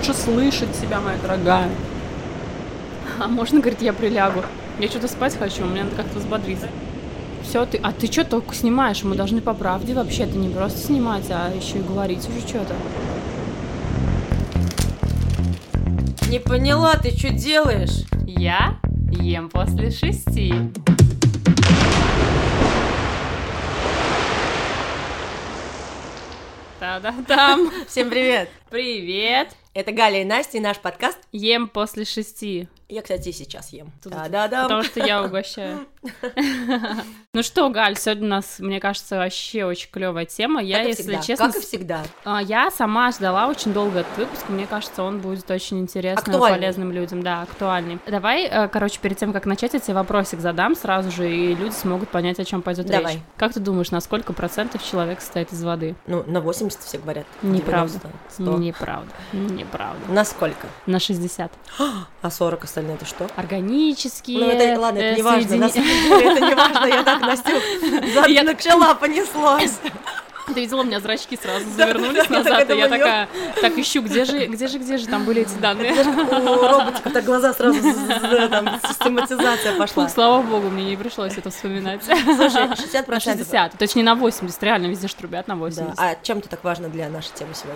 лучше слышать себя, моя дорогая. А можно, говорит, я прилягу? Я что-то спать хочу, мне надо как-то взбодриться. Все, ты что только снимаешь? Мы должны по правде вообще-то не просто снимать, а еще и говорить уже что-то. Не поняла, ты что делаешь? Я ем после 6. Та-да-дам! Всем привет! Привет! Это Галя и Настя, и наш подкаст Ем после 6. Я, кстати, сейчас ем. Да-да-да. Потому что я угощаю. Ну что, Галь, сегодня у нас, мне кажется, вообще очень клевая тема. Я, если честно... Как и всегда. Я сама ждала очень долго этот выпуск. Мне кажется, он будет очень интересным и полезным людям. Да, актуальный. Давай, перед тем, как начать, я тебе вопросик задам сразу же, и люди смогут понять, о чем пойдет речь. Как ты думаешь, на сколько процентов человек состоит из воды? Ну, на 80 все говорят. Неправда. 90, 100. Неправда. На сколько? На 60. А 40 остальные это что? Органические. Ну, это, ладно, это не важно. На самом деле это не важно. Я так, Настю, начала, понеслась. Ты видела, у меня зрачки сразу завернулись назад, и я такая, так ищу, где же там были эти данные? У роботиков так глаза сразу, там, систематизация пошла. Слава богу, мне не пришлось это вспоминать. Слушай, 60%. На 60, точнее на 80, реально везде ж трубят на 80. Да. А чем это так важно для нашей темы сегодня?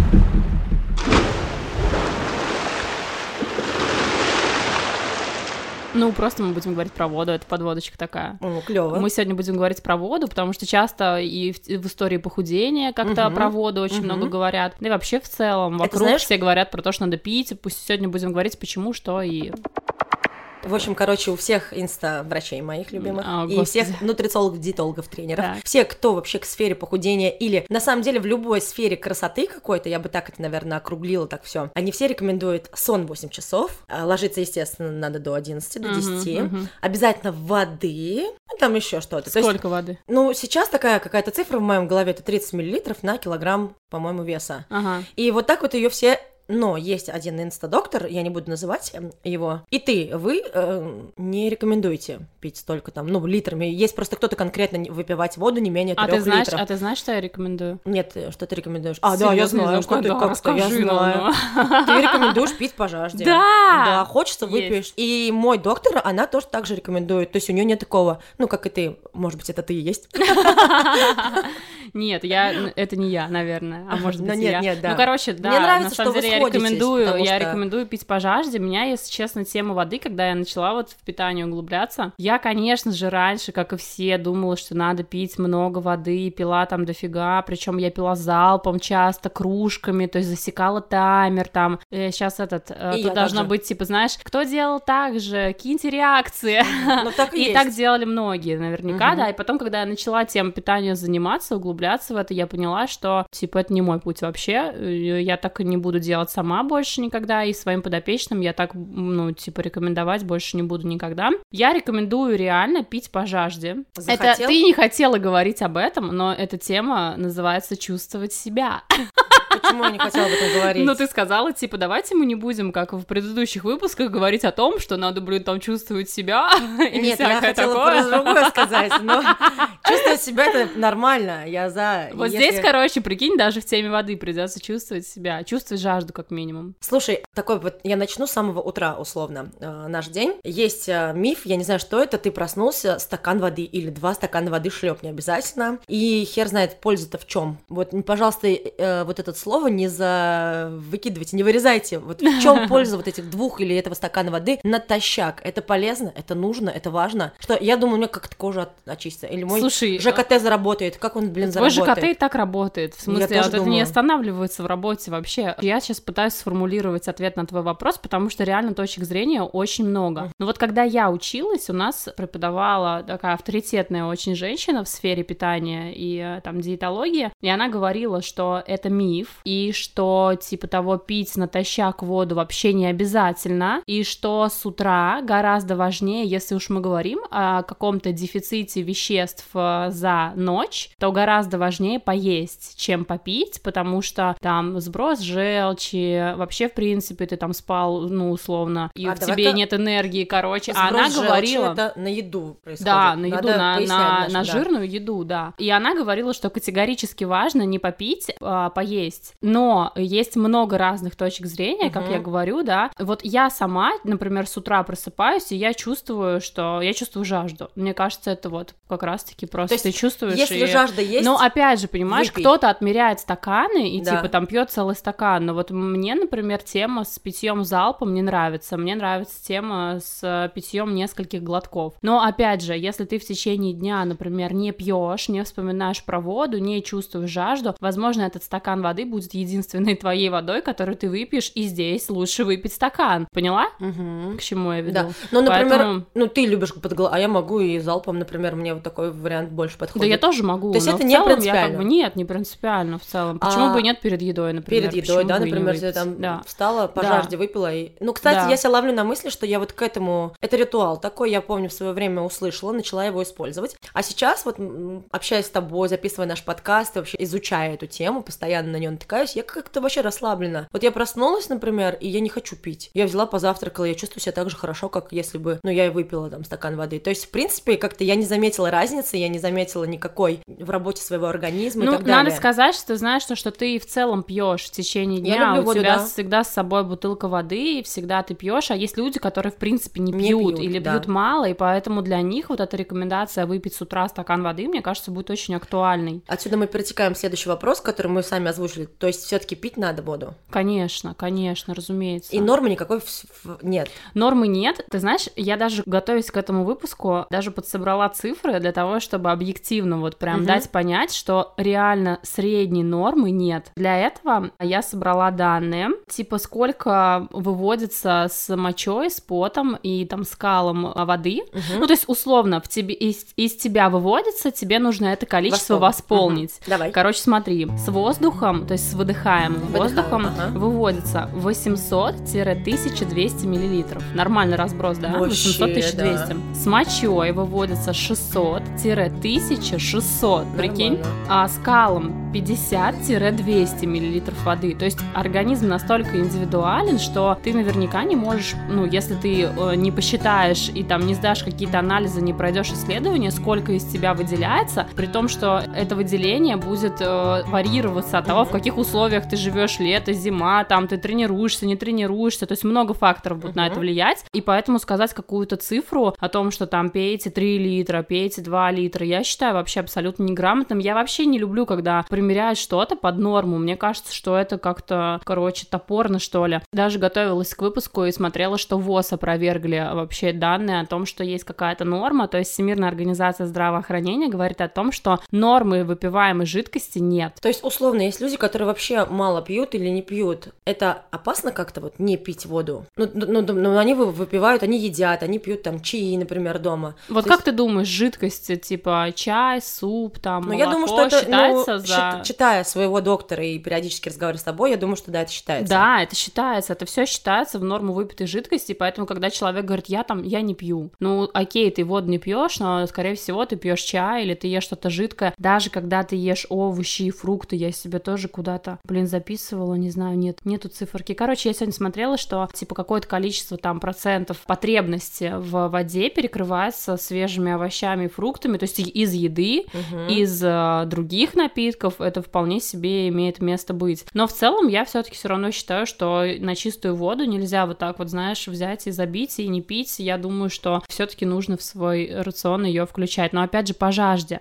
Ну, просто мы будем говорить про воду, это подводочка такая. Клёво. Мы сегодня будем говорить про воду, потому что часто и в истории похудения как-то про воду очень много говорят. Да и вообще в целом вокруг все говорят про то, что надо пить. Пусть сегодня будем говорить, почему, что и... В общем, у всех инста-врачей моих любимых и всех нутрициологов, диетологов, тренеров, все, кто вообще к сфере похудения или, на самом деле, в любой сфере красоты какой-то, я бы так это, наверное, округлила так все. Они все рекомендуют сон 8 часов, ложиться, естественно, надо до 11, до 10, обязательно воды, там еще что-то. Сколько воды? Ну, сейчас такая какая-то цифра в моем голове, это 30 миллилитров на килограмм, по-моему, веса. И вот так вот ее все... Но есть один инстадоктор, я не буду называть его, и вы не рекомендуете пить столько там, литрами. Есть просто кто-то конкретно выпивать воду не менее 3 литров. А ты знаешь, что я рекомендую? Нет, что ты рекомендуешь? Да, я знаю, что ты, как-то, я знаю. Ты рекомендуешь пить по жажде. Да! Хочется, выпьешь. И мой доктор, она тоже так же рекомендует, то есть у нее нет такого, как и ты, может быть, это ты и есть. Нет, это не я, наверное, а может быть, я. Нет, да. Да, мне нравится, на самом деле я рекомендую пить по жажде. Меня, если честно, тема воды, когда я начала в питание углубляться, я, конечно же, раньше, как и все, думала, что надо пить много воды, пила там дофига, причем я пила залпом часто, кружками, то есть засекала таймер там. Сейчас тут должно быть, типа, знаешь, кто делал так же, киньте реакции. И так делали многие, наверняка, да. И потом, когда я начала тем питания заниматься, углубляться в это, я поняла, что, типа, это не мой путь вообще, я так и не буду делать сама больше никогда, и своим подопечным я так, рекомендовать больше не буду никогда. Я рекомендую реально пить по жажде. Это ты не хотела говорить об этом, но эта тема называется «чувствовать себя». Почему я не хотела об этом говорить? Ты сказала, типа, давайте мы не будем, как в предыдущих выпусках, говорить о том, что надо, там чувствовать себя. Нет, я хотела про другое сказать, но чувствовать себя — это нормально, я за. Вот здесь, прикинь, даже в теме воды придется чувствовать себя, чувствовать жажду как минимум. Слушай, такой вот, я начну с самого утра, условно, наш день. Есть миф, я не знаю, что это, ты проснулся, стакан воды или 2 стакана воды шлепни обязательно, и хер знает, польза-то в чем. Вот, пожалуйста, вот это слово не выкидывайте, не вырезайте. Вот в чем польза вот этих 2 или этого стакана воды натощак? Это полезно, это нужно, это важно. Что я думаю, у меня как-то кожа очистится. Или мой ЖКТ заработает. Как он, заработает? Твой ЖКТ и так работает. В смысле, это не останавливается в работе вообще. Я сейчас пытаюсь сформулировать ответ на твой вопрос, потому что реально точек зрения очень много. Но вот когда я училась, у нас преподавала такая авторитетная очень женщина в сфере питания и там диетологии, и она говорила, что это миф, и что, типа того, пить натощак воду вообще не обязательно, и что с утра гораздо важнее, если уж мы говорим о каком-то дефиците веществ за ночь, то гораздо важнее поесть, чем попить, потому что там сброс желчи, вообще, в принципе, ты там спал, условно, и в тебе нет энергии, а она говорила... это на еду происходит. Да, на еду, на жирную еду, да. И она говорила, что категорически важно не попить, а поесть. есть. Но есть много разных точек зрения, как я говорю, да. Вот я сама, например, с утра просыпаюсь, и я чувствую жажду. Мне кажется, это вот как раз-таки просто ты чувствуешь. Если жажда есть, но опять же, понимаешь, выпей. кто-то отмеряет стаканы и Да. типа там пьет целый стакан. Но вот мне, например, тема с питьем залпом не нравится. Мне нравится тема с питьем нескольких глотков. Но опять же, если ты в течение дня, например, не пьешь, не вспоминаешь про воду, не чувствуешь жажду, возможно, этот стакан воды будет единственной твоей водой, которую ты выпьешь, и здесь лучше выпить стакан. Поняла? К чему я веду? Да. Ну, например, Поэтому... ты любишь а я могу и залпом, например, мне вот такой вариант больше подходит. Да, я тоже могу. То есть это в не целом принципиально? Я как бы, нет, не принципиально в целом. Почему бы и нет перед едой, например? Перед едой, да, например, если там встала, по жажде выпила. Ну, кстати, я себя ловлю на мысли, что я вот к этому... Это ритуал такой, я помню, в свое время услышала, начала его использовать. А сейчас вот, общаясь с тобой, записывая наш подкаст, вообще изучая эту тему, постоянно на нее натыкаюсь, я как-то вообще расслаблена. Вот я проснулась, например, и я не хочу пить. Я взяла, позавтракала, я чувствую себя так же хорошо, как если бы, я и выпила там стакан воды. То есть, в принципе, как-то я не заметила разницы, я не заметила никакой в работе своего организма и так далее. Надо сказать, что ты знаешь, что ты в целом пьешь в течение дня, я люблю воду, тебя всегда с собой бутылка воды, и всегда ты пьешь, а есть люди, которые, в принципе, не пьют или пьют мало, и поэтому для них вот эта рекомендация выпить с утра стакан воды, мне кажется, будет очень актуальной. Отсюда мы перетекаем в следующий вопрос, который мы сами озвучили, то есть все-таки пить надо воду? Конечно, разумеется. И нормы никакой нет? Нормы нет. Ты знаешь, я даже, готовясь к этому выпуску, даже подсобрала цифры для того, чтобы объективно вот прям дать понять, что реально средней нормы нет. Для этого я собрала данные, типа сколько выводится с мочой, с потом и там с калом воды. Ну, то есть, условно, из тебя выводится, тебе нужно это количество восполнить. Давай. Короче, смотри, с воздухом, то есть с выдыхаемым воздухом выводится 800-1200 миллилитров. Нормальный разброс, да? 800-1200. Да. С мочой выводится 600-1600, прикинь? А с калом 50-200 миллилитров воды. То есть организм настолько индивидуален, что ты наверняка не можешь, если ты не посчитаешь и там не сдашь какие-то анализы, не пройдешь исследования, сколько из тебя выделяется, при том, что это выделение будет варьироваться от того, в каких условиях ты живешь, лето, зима, там ты тренируешься, не тренируешься, то есть много факторов будет на это влиять, и поэтому сказать какую-то цифру о том, что там пейте 3 литра, пейте 2 литра, я считаю вообще абсолютно неграмотным. Я вообще не люблю, когда примеряют что-то под норму, мне кажется, что это как-то, топорно, что ли. Даже готовилась к выпуску и смотрела, что ВОЗ опровергли вообще данные о том, что есть какая-то норма, то есть Всемирная организация здравоохранения говорит о том, что нормы выпиваемой жидкости нет. То есть, условно, есть люди, которые вообще мало пьют или не пьют. Это опасно как-то вот не пить воду? Ну, они выпивают, они едят, они пьют там чаи, например, дома. Вот то как есть... ты думаешь, жидкости типа чай, суп, там, молоко, я думаю, что это, считается за... Читая своего доктора и периодически разговаривая с тобой, я думаю, что да, это считается. Да, это считается, это все считается в норму выпитой жидкости, поэтому, когда человек говорит, я не пью, ну, окей, ты воду не пьешь, но, скорее всего, ты пьешь чай или ты ешь что-то жидкое, даже когда ты ешь овощи и фрукты, я себе тоже куда-то, записывала, не знаю, нету циферки. Короче, я сегодня смотрела, что, типа, какое-то количество, там, процентов потребности в воде перекрывается свежими овощами и фруктами, то есть из еды, из других напитков, это вполне себе имеет место быть. Но в целом я все-таки все равно считаю, что на чистую воду нельзя вот так вот, знаешь, взять и забить и не пить. Я думаю, что все-таки нужно в свой рацион ее включать. Но опять же, по жажде.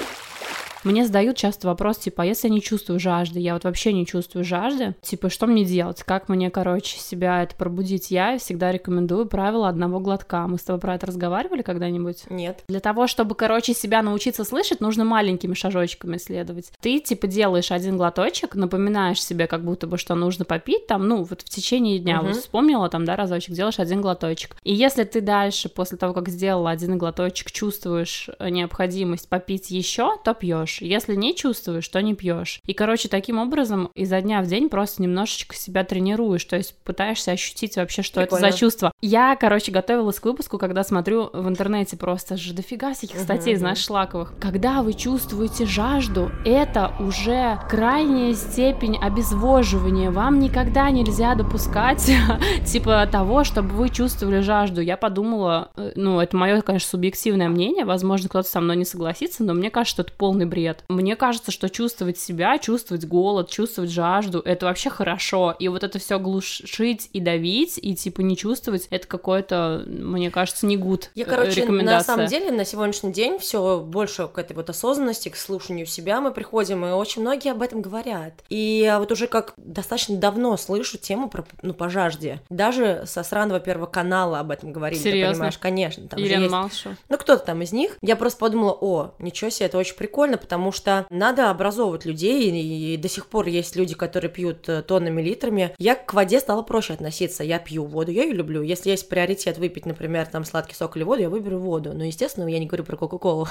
Мне задают часто вопрос, типа, а если я не чувствую жажды, я вот вообще не чувствую жажды, типа, что мне делать, как мне, себя это пробудить? Я всегда рекомендую правило одного глотка. Мы с тобой про это разговаривали когда-нибудь? Нет. Для того, чтобы, себя научиться слышать, нужно маленькими шажочками следовать. Ты, делаешь один глоточек, напоминаешь себе, как будто бы, что нужно попить, там, вот в течение дня, вот вспомнила, там, да, разочек, делаешь один глоточек. И если ты дальше, после того, как сделала один глоточек, чувствуешь необходимость попить еще, то пьешь. Если не чувствуешь, то не пьешь. И, таким образом изо дня в день просто немножечко себя тренируешь, то есть пытаешься ощутить вообще, что Прикольно. Это за чувство. Я, готовилась к выпуску, когда смотрю в интернете просто же дофига всяких статей, знаешь, шлаковых. Когда вы чувствуете жажду, это уже крайняя степень обезвоживания. Вам никогда нельзя допускать, того, чтобы вы чувствовали жажду. Я подумала, это мое, конечно, субъективное мнение, возможно, кто-то со мной не согласится, но мне кажется, что это полный бред. туалет. Мне кажется, что чувствовать себя, чувствовать голод, чувствовать жажду, это вообще хорошо. И вот это все глушить и давить, и типа не чувствовать, это какое-то, мне кажется, не гуд рекомендация. На самом деле, на сегодняшний день все больше к этой вот осознанности, к слушанию себя мы приходим, и очень многие об этом говорят. И я вот уже как достаточно давно слышу тему про, по жажде. Даже со сраного Первого канала об этом говорили. Серьезно? Ты понимаешь, конечно. Там Ирина Малышева. Кто-то там из них. Я просто подумала, ничего себе, это очень прикольно, потому что надо образовывать людей, и до сих пор есть люди, которые пьют тоннами, литрами. Я к воде стала проще относиться. Я пью воду, я ее люблю. Если есть приоритет выпить, например, там сладкий сок или воду, я выберу воду. Но, естественно, я не говорю про Кока-Колу.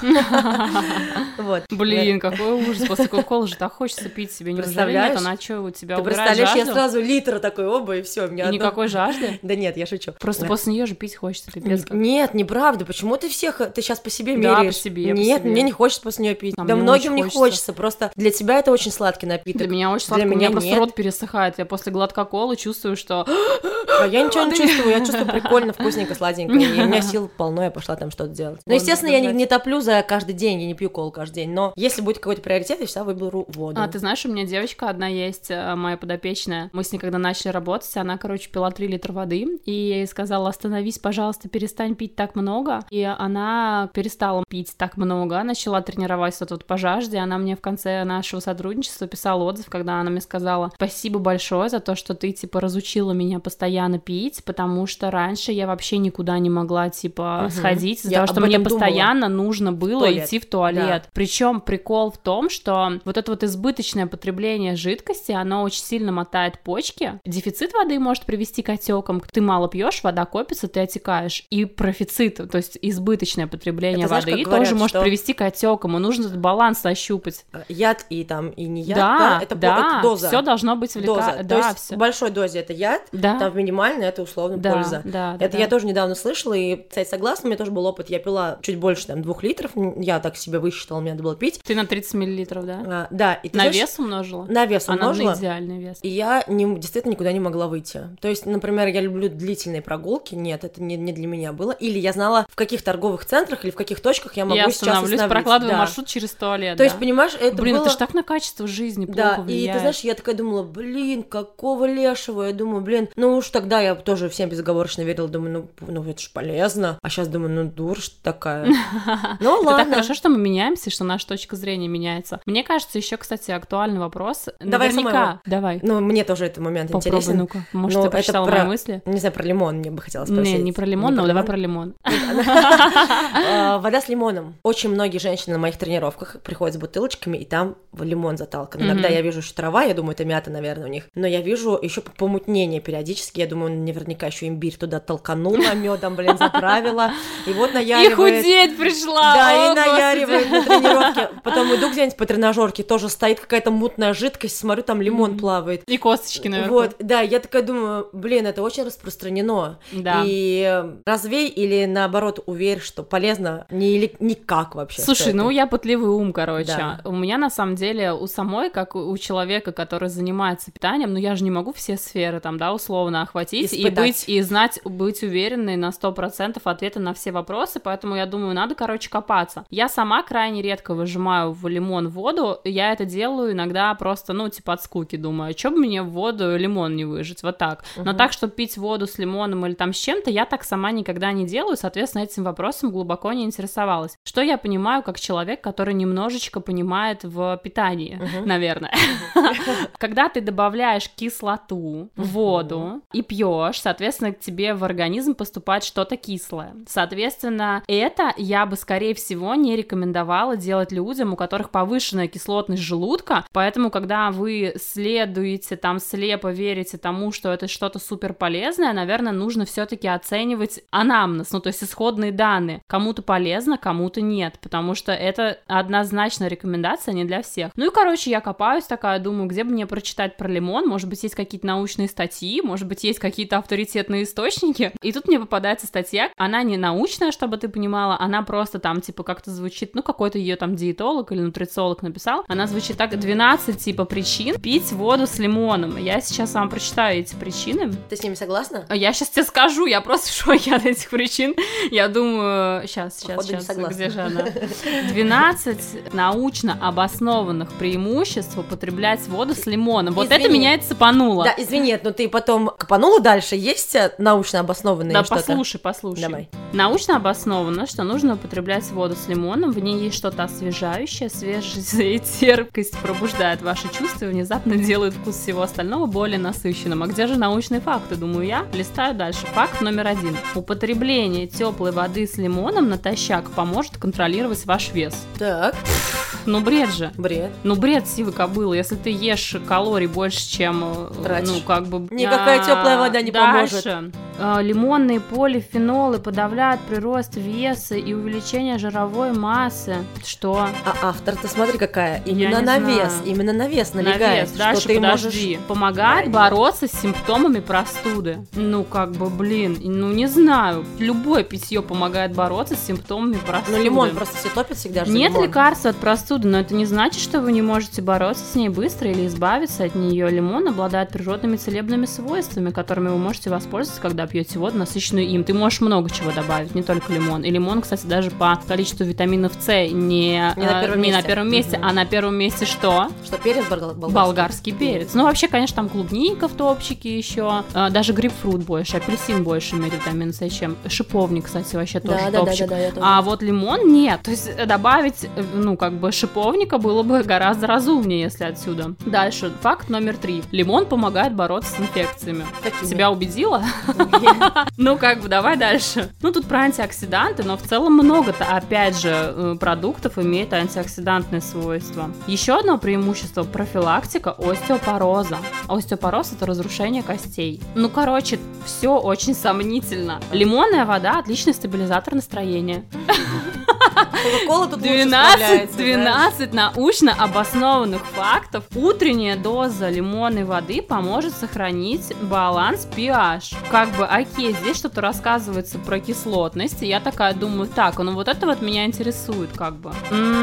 Блин, какой ужас. После Кока-Колы же так хочется пить себе. Неужели нет? Она что, у тебя убирает жажду? Ты представляешь, я сразу литр такой, и все. И никакой жажды? Да нет, я шучу. Просто после нее же пить хочется, пипец. Нет, неправда. Почему ты сейчас по себе меряешь? Да, по себе. Нет, мне не хочется после нее пить. Да многим не хочется. Просто для тебя это очень сладкий напиток. Для меня очень сладкий. У меня просто рот пересыхает. Я после глотка колы чувствую, что... Я ничего не чувствую. Я чувствую прикольно, вкусненько, сладенько. И у меня сил полно, я пошла там что-то делать. Но, естественно, я не топлю за каждый день, я не пью колу каждый день. Но если будет какой-то приоритет, я всегда выберу воду. Ты знаешь, у меня девочка одна есть, моя подопечная. Мы с ней когда начали работать, она, пила 3 литра воды. И я ей сказала: остановись, пожалуйста, перестань пить так много. И она перестала пить так много, начала тренироваться тут по жажде. Она мне в конце нашего сотрудничества писала отзыв, когда она мне сказала: спасибо большое за то, что ты, разучила меня постоянно пить, потому что раньше я вообще никуда не могла, сходить, из-за того, что мне постоянно нужно было идти в туалет. Да. Причем прикол в том, что вот это вот избыточное потребление жидкости, оно очень сильно мотает почки. Дефицит воды может привести к отекам. Ты мало пьешь, вода копится, ты отекаешь. И профицит, то есть избыточное потребление воды, тоже может привести к отекам. И нужно этот баланс ощупать. Яд и не яд, это доза. Все должно быть доза. То есть в большой дозе это яд, там в минимальной это условно польза. Это я тоже недавно слышала, и, кстати, согласна, у меня тоже был опыт. Я пила чуть больше 2 литров, я так себе высчитала, мне надо было пить. Ты на 30 миллилитров, да? Да. И на вес умножила? На вес умножила. Она на идеальный вес. И я действительно никуда не могла выйти. То есть, например, я люблю длительные прогулки, нет, это не для меня было. Или я знала, в каких торговых центрах или в каких точках я могу сейчас остановиться. Прокладываю маршрут через туалет. То есть, понимаешь, это Блин, было... это ж так на качество жизни плохо влияет. И ты знаешь, я такая думала, какого лешего? Я думаю, ну уж тогда я тоже всем безоговорочно верила, думаю, ну это ж полезно. А сейчас думаю, дура что такая. Ну ладно. Это так хорошо, что мы меняемся, что наша точка зрения меняется. Мне кажется, еще, кстати, актуальный вопрос. Давай. Ну, мне тоже этот момент интересен. Ну-ка. Может, ты прочитала мои мысли? Не знаю, про лимон мне бы хотелось спросить. Не про лимон, но давай про лимон. Вода с лимоном. Очень многие женщины на моих тренировках приходят с бутылочками, и там лимон заталкан. Иногда я вижу, что трава, я думаю, это мята, наверное, у них. Но я вижу еще помутнение периодически. Я думаю, наверняка еще имбирь туда толканула, медом, заправила. И вот наяривает. И худеть пришла. Да, и наяривает на тренировке. Потом иду где-нибудь по тренажерке, тоже стоит какая-то мутная жидкость, смотрю, там лимон плавает. И косточки наверху. Вот, да, я такая думаю, это очень распространено. Да. И развей или наоборот уверь, что полезно никак вообще. Слушай, я пытливый ум, Да. У меня на самом деле у самой, как у человека, который занимается питанием, я же не могу все сферы там, условно охватить быть уверенной на 100% ответа на все вопросы, поэтому я думаю, надо, копаться. Я сама крайне редко выжимаю в лимон воду, я это делаю иногда просто, от скуки, думаю, что бы мне в воду лимон не выжать, вот так. Но так, чтобы пить воду с лимоном или там с чем-то, я так сама никогда не делаю, соответственно, этим вопросом глубоко не интересовалась. Что я понимаю как человек, который немножечко понимает в питании, наверное. Когда ты добавляешь кислоту в воду и пьешь, соответственно, к тебе в организм поступает что-то кислое. Соответственно, это я бы, скорее всего, не рекомендовала делать людям, у которых повышенная кислотность желудка, поэтому, когда вы следуете, слепо верите тому, что это что-то супер полезное, наверное, нужно все-таки оценивать анамнез, то есть исходные данные. Кому-то полезно, кому-то нет, потому что это однозначно рекомендация не для всех. Я копаюсь такая, думаю, где бы мне прочитать про лимон, может быть, есть какие-то научные статьи, может быть, есть какие-то авторитетные источники, и тут мне попадается статья, она не научная, чтобы ты понимала, она просто там, типа, как-то звучит, ну, какой-то ее там диетолог или нутрициолог написал, она звучит так: 12, типа, причин пить воду с лимоном. Я сейчас вам прочитаю эти причины. Ты с ними согласна? Я сейчас тебе скажу, я просто в шоке от этих причин. Я думаю, сейчас, где же она? 12 научно обоснованных преимуществ употреблять воду с лимоном. Вот это меня это цепануло. Да, извини, но ты потом копанула дальше. Есть научно обоснованные да, что-то? Да, послушай. Давай. Научно обосновано, что нужно употреблять воду с лимоном. В ней есть что-то освежающее, свежесть и терпкость пробуждает ваши чувства и внезапно делает вкус всего остального более насыщенным. А где же научные факты, думаю я? Листаю дальше. Факт номер 1. Употребление теплой воды с лимоном натощак поможет контролировать ваш вес. Так. Ну, бред же. Бред. Ну, бред сивы кобылы. Если ты ешь калорий больше, чем... Тратишь. Ну, как бы... Никакая теплая вода не поможет. Лимонные полифенолы подавляют прирост веса и увеличение жировой массы. Что? А автор-то смотри какая. Именно на вес. Именно на вес налегает. Что дальше, ты подожди. можешь... Помогает бороться с симптомами простуды. Ну, как бы, блин, ну, не знаю. Любое питье помогает бороться с симптомами простуды. Ну, лимон просто все топят всегда же. Нет лимон. лекарства от простуды, но это не значит, что вы не можете бороться с ней быстро или избавиться от нее. Лимон обладает природными целебными свойствами, которыми вы можете воспользоваться, когда пьете воду, насыщенную им. Ты можешь много чего добавить, не только лимон. И лимон, кстати, даже по количеству витаминов С не на первом месте, а на первом месте что? Что перец болгарский перец. Ну, вообще, конечно, там клубника в топчике еще, даже грейпфрут больше, апельсин больше имеет витамин С, чем шиповник, кстати, вообще тоже топчик. Да, а вот лимон нет. То есть добавить, ну, как бы шиповника было бы гораздо разумнее, если отсюда. Дальше, факт номер 3. Лимон помогает бороться с инфекциями. Тебя убедила? Ну, как бы, давай дальше. Ну, тут про антиоксиданты, но в целом много-то, опять же, продуктов имеет антиоксидантные свойства. Еще одно преимущество — профилактика остеопороза. Остеопороз — это разрушение костей. Ну, короче, все очень сомнительно. Лимонная вода — отличный стабилизатор настроения. Кока-кола тут 12 научно обоснованных фактов. Утренняя доза лимонной воды поможет сохранить баланс pH. Как бы, окей, здесь что-то рассказывается про кислотность, и я такая думаю, так, ну вот это вот меня интересует, как бы.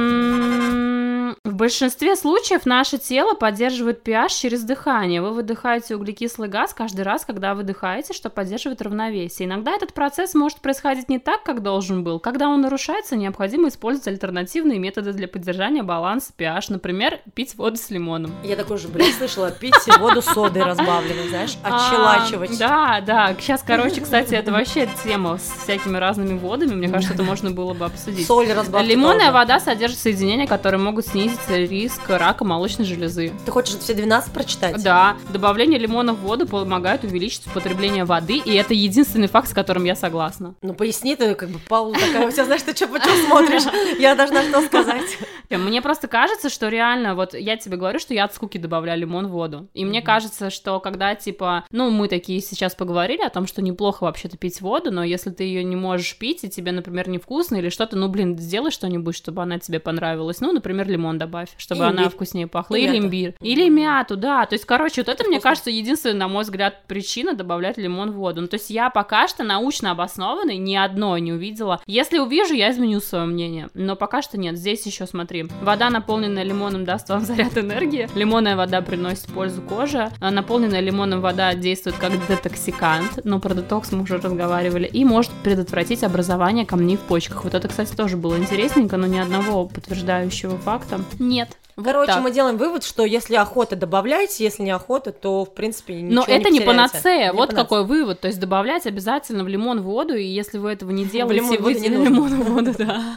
В большинстве случаев наше тело поддерживает pH через дыхание. Вы выдыхаете углекислый газ каждый раз, когда выдыхаете, что поддерживает равновесие. Иногда этот процесс может происходить не так, как должен был. Когда он нарушается, необходимо использовать альтернативные методы для поддержания баланса pH. Например, пить воду с лимоном. Я такой же бред слышала, пить воду с содой разбавленной, знаешь, отщелачивать. Да. Сейчас, короче, кстати, это вообще тема с всякими разными водами. Мне кажется, это можно было бы обсудить. Соль разбавить. Лимонная вода содержит соединения, которые могут снизить риск рака молочной железы. Ты хочешь все 12 прочитать? Да. Добавление лимона в воду помогает увеличить употребление воды, и это единственный факт, с которым я согласна. Ну, поясни ты, как бы, Паула такая, у тебя, знаешь, ты по чё смотришь? Я должна что сказать? Мне просто кажется, что реально, вот я тебе говорю, что я от скуки добавляю лимон в воду. И мне кажется, что когда, типа, ну, мы такие сейчас поговорили о том, что неплохо вообще-то пить воду, но если ты ее не можешь пить, и тебе, например, невкусно или что-то, ну, блин, сделай что-нибудь, чтобы она тебе понравилась. Ну, например, лимон добавь, чтобы она вкуснее пахла. Или имбирь. Или мяту, да. То есть, короче, вот это, мне кажется, единственная, на мой взгляд, причина добавлять лимон в воду. Ну, то есть я пока что научно обоснованной ни одной не увидела. Если увижу, я изменю свое мнение. Но пока что нет. Здесь еще смотри. Вода, наполненная лимоном, даст вам заряд энергии. Лимонная вода приносит пользу коже. Наполненная лимоном вода действует как детоксикант. Но про детокс мы уже разговаривали. И может предотвратить образование камней в почках. Вот это, кстати, тоже было интересненько, но ни одного подтверждающего факта нет. Короче, мы делаем вывод, что если охота, добавляйте, если не охота, то, в принципе, ничего но это не потеряете. Панацея, вот какой вывод. То есть добавлять обязательно в лимон воду, и если вы этого не делаете, вы лимон в воду, да.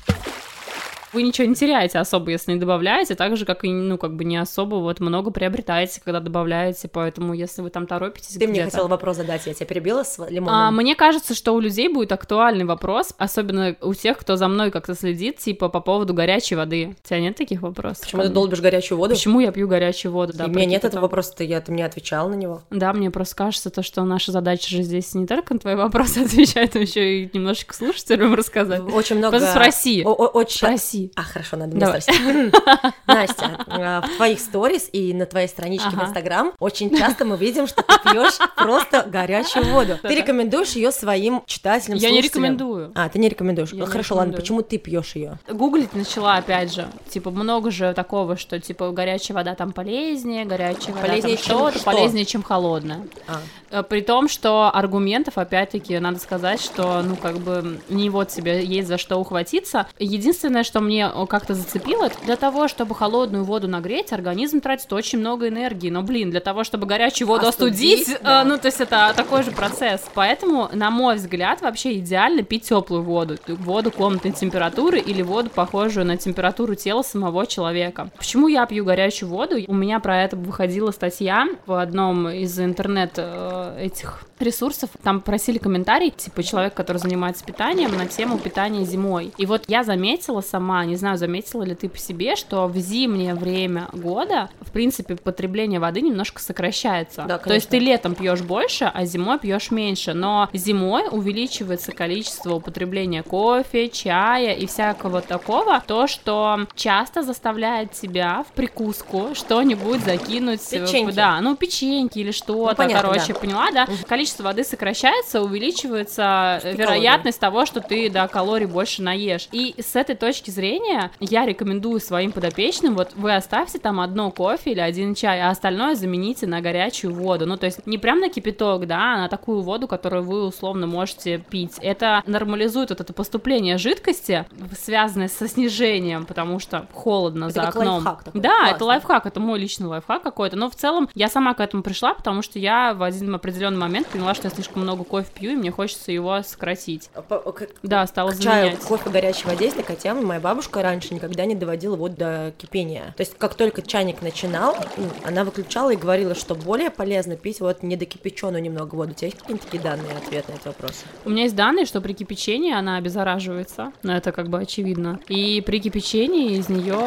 Вы ничего не теряете особо, если не добавляете, так же, как и, ну, как бы не особо вот много приобретаете, когда добавляете, поэтому если вы там торопитесь Ты мне хотела вопрос задать, я тебя перебила с лимоном? Мне кажется, что у людей будет актуальный вопрос, особенно у тех, кто за мной как-то следит, типа, по поводу горячей воды. У тебя нет таких вопросов? Почему ты долбишь горячую воду? Почему я пью горячую воду? Да, у меня нет этого вопроса, ты мне отвечала на него. Да, мне просто кажется, то, что наша задача же здесь не только на твои вопросы отвечать, но еще и немножечко слушателям рассказать. Очень много... Просто спроси. Спроси. спроси. Хорошо, надо мне спросить. Настя, в твоих сторис и на твоей страничке в Инстаграм очень часто мы видим, что ты пьешь просто горячую воду. Ты рекомендуешь ее своим читателям, слушателям? Я не рекомендую. Ты не рекомендуешь? Хорошо, ладно, почему ты пьешь ее? Гуглить начала, опять же, типа, много же такого, что, типа, горячая вода там полезнее, горячая вода полезнее, там что-то, полезнее, чем холодная. При том, что аргументов, опять-таки, надо сказать, что, ну, как бы, не вот себе есть за что ухватиться. Единственное, что мне как-то зацепило, это для того, чтобы холодную воду нагреть, организм тратит очень много энергии. Но, блин, для того, чтобы горячую воду остудить, да. Ну, то есть это такой же процесс. Поэтому, на мой взгляд, вообще идеально пить теплую воду. Воду комнатной температуры или воду, похожую на температуру тела самого человека. Почему я пью горячую воду? У меня про это выходила статья в одном из интернет этих ресурсов. Там просили комментарий, типа, человек, который занимается питанием, на тему питания зимой. И вот я заметила сама, не знаю, заметила ли ты по себе, что в зимнее время года, в принципе, потребление воды немножко сокращается. Да, то есть ты летом пьешь больше, а зимой пьешь меньше. Но зимой увеличивается количество употребления кофе, чая и всякого такого, то, что часто заставляет тебя в прикуску что-нибудь закинуть. Печеньки. Да, ну, печеньки или что-то, понятно, короче, да. Поняла, да? Количество воды сокращается, увеличивается вероятность того, что ты, да, калорий больше наешь. И с этой точки зрения я рекомендую своим подопечным, вот вы оставьте там одно кофе или один чай, а остальное замените на горячую воду. Ну, то есть не прям на кипяток, да, а на такую воду, которую вы условно можете пить. Это нормализует вот это поступление жидкости, связанное со снижением, потому что холодно это за как окном. Лайфхак такой. Да, Классно. это лайфхак, это мой личный лайфхак какой-то, но в целом я сама к этому пришла, потому что я в один определенный момент поняла, что я слишком много кофе пью, и мне хочется его сократить. Да, стала заменять. Чаю, кофе, горячей воде, если хотя моя бабушка раньше никогда не доводила воду до кипения. То есть, как только чайник начинал, она выключала и говорила, что более полезно пить вот недокипяченую немного воду. У тебя есть какие-то такие данные, ответ на этот вопрос? У меня есть данные, что при кипячении она обеззараживается, но это как бы очевидно. И при кипячении из нее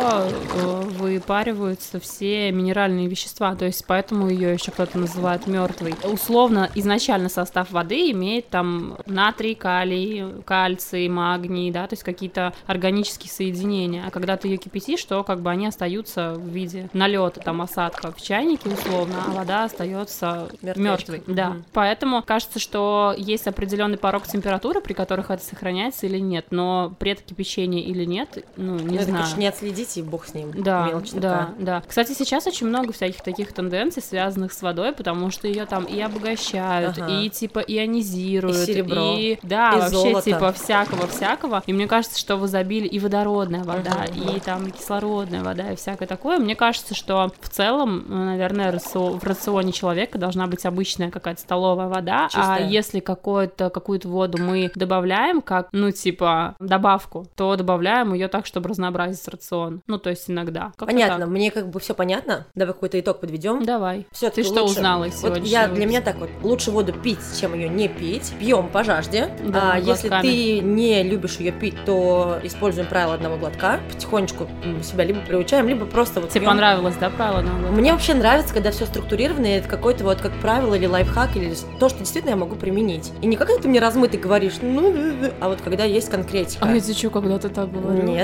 выпариваются все минеральные вещества, то есть поэтому ее еще кто-то называет мертвой. Условно, изначально состав воды имеет там натрий, калий, кальций, магний, да, то есть какие-то органические соединения. А когда ты ее кипятишь, то как бы они остаются в виде налета, там, осадка в чайнике условно, а вода остается мертвой. Да. Поэтому кажется, что есть определенный порог температуры, при которых это сохраняется или нет, но предкипячение или нет, ну, не знаю. Это, конечно, не отследить, и бог с ним. Да, мелочь да, такая. да. Кстати, сейчас очень много всяких таких тенденций, связанных с водой, потому что ее там и обогащают, и типа ионизируют, и серебро, и да, и вообще золото. типа всякого. И мне кажется, что в изобилии и водородная вода, и там и кислородная вода, и всякое такое. Мне кажется, что в целом, наверное, в рационе человека должна быть обычная какая-то столовая вода, чистая. А если какую-то воду мы добавляем как, ну, типа, добавку, то добавляем ее так, чтобы разнообразить рацион. Ну, то есть иногда. Как-то понятно, так. мне как бы все понятно. Давай какой-то итог подведем. Давай. Всё-таки Ты что лучше... узнала из Вот сегодняшнего для меня так вот, лучше воду пить, чем ее не пить. Пьем по жажде. Да, если глотками. ты не любишь ее пить, то используем правило одного глотка. Потихонечку себя либо приучаем, либо просто вот Тебе пьём. понравилось, да, правило одного глотка? Мне вообще нравится, когда все структурировано, и это какой-то вот как правило или лайфхак, или то, что действительно я могу применить. И не как ты мне размытый говоришь, а вот когда есть конкретика. А я тебе что, когда ты так говорю? Нет.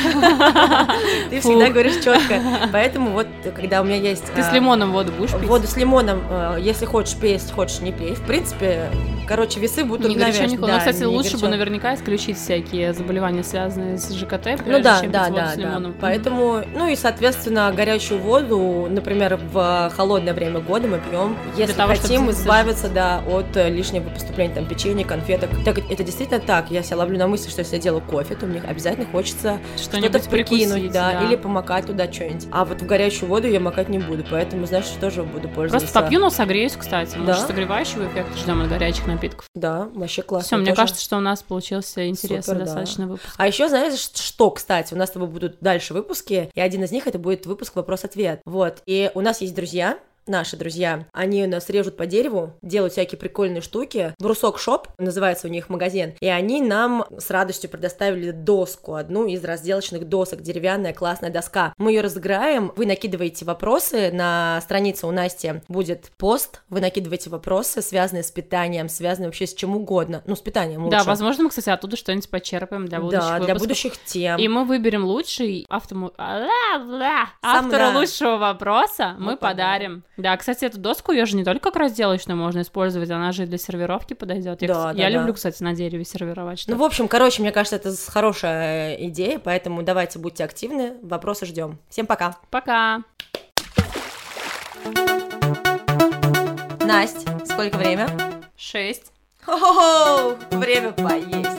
Ты всегда говоришь четко. Поэтому вот, когда у меня есть... Ты с лимоном воду будешь пить? Воду с лимоном, если хочешь, пей, если хочешь, не пей. В принципе, короче, весы будут Не горячо, равномерны. не холодно. Ну, кстати, лучше бы наверняка исключить всякие заболевания, связанные с ЖКТ, Ну да, чем да, пить воду да, с да. лимоном. Поэтому, ну и, соответственно, горячую воду, например, в холодное время года мы пьем, если того, хотим чтобы избавиться, да, от лишнего поступления там печенья, конфеток. Так, это действительно так. Я себя ловлю на мысли, что если я делаю кофе, то мне обязательно хочется что-то прикинуть, прикусить, да, или помакать туда что-нибудь. А вот в горячую воду я макать не буду, поэтому, знаешь, тоже буду пользоваться. Просто попью, но согреюсь, кстати. Да? Может, согревающего эффекта ждем от горячих напитков. Да, вообще классно. Все, мне тоже. кажется, что у нас получился интересный Супер, достаточно да. выпуск. А еще знаешь, что, кстати, у нас с тобой будут дальше выпуски, и один из них это будет выпуск «Вопрос-ответ». Вот, и у нас есть друзья, наши друзья, они у нас режут по дереву, делают всякие прикольные штуки. Брусок Шоп называется у них магазин, и они нам с радостью предоставили доску, одну из разделочных досок, деревянная классная доска. Мы ее разыграем, вы накидываете вопросы, на странице у Насти будет пост, вы накидываете вопросы, связанные с питанием, связанные вообще с чем угодно, с питанием лучше. Да, возможно, мы, кстати, оттуда что-нибудь почерпаем для будущих выпусков. Для будущих тем. И мы выберем лучший автору лучшего вопроса, мы подарим. Да, кстати, эту доску, ее же не только как разделочную можно использовать, она же и для сервировки подойдет. Я люблю, кстати, на дереве сервировать что-то. В общем, мне кажется, это хорошая идея, поэтому давайте будьте активны, вопросы ждем. Всем пока. Пока. Настя, сколько время? 6. Хо-хо-хо! Время поесть.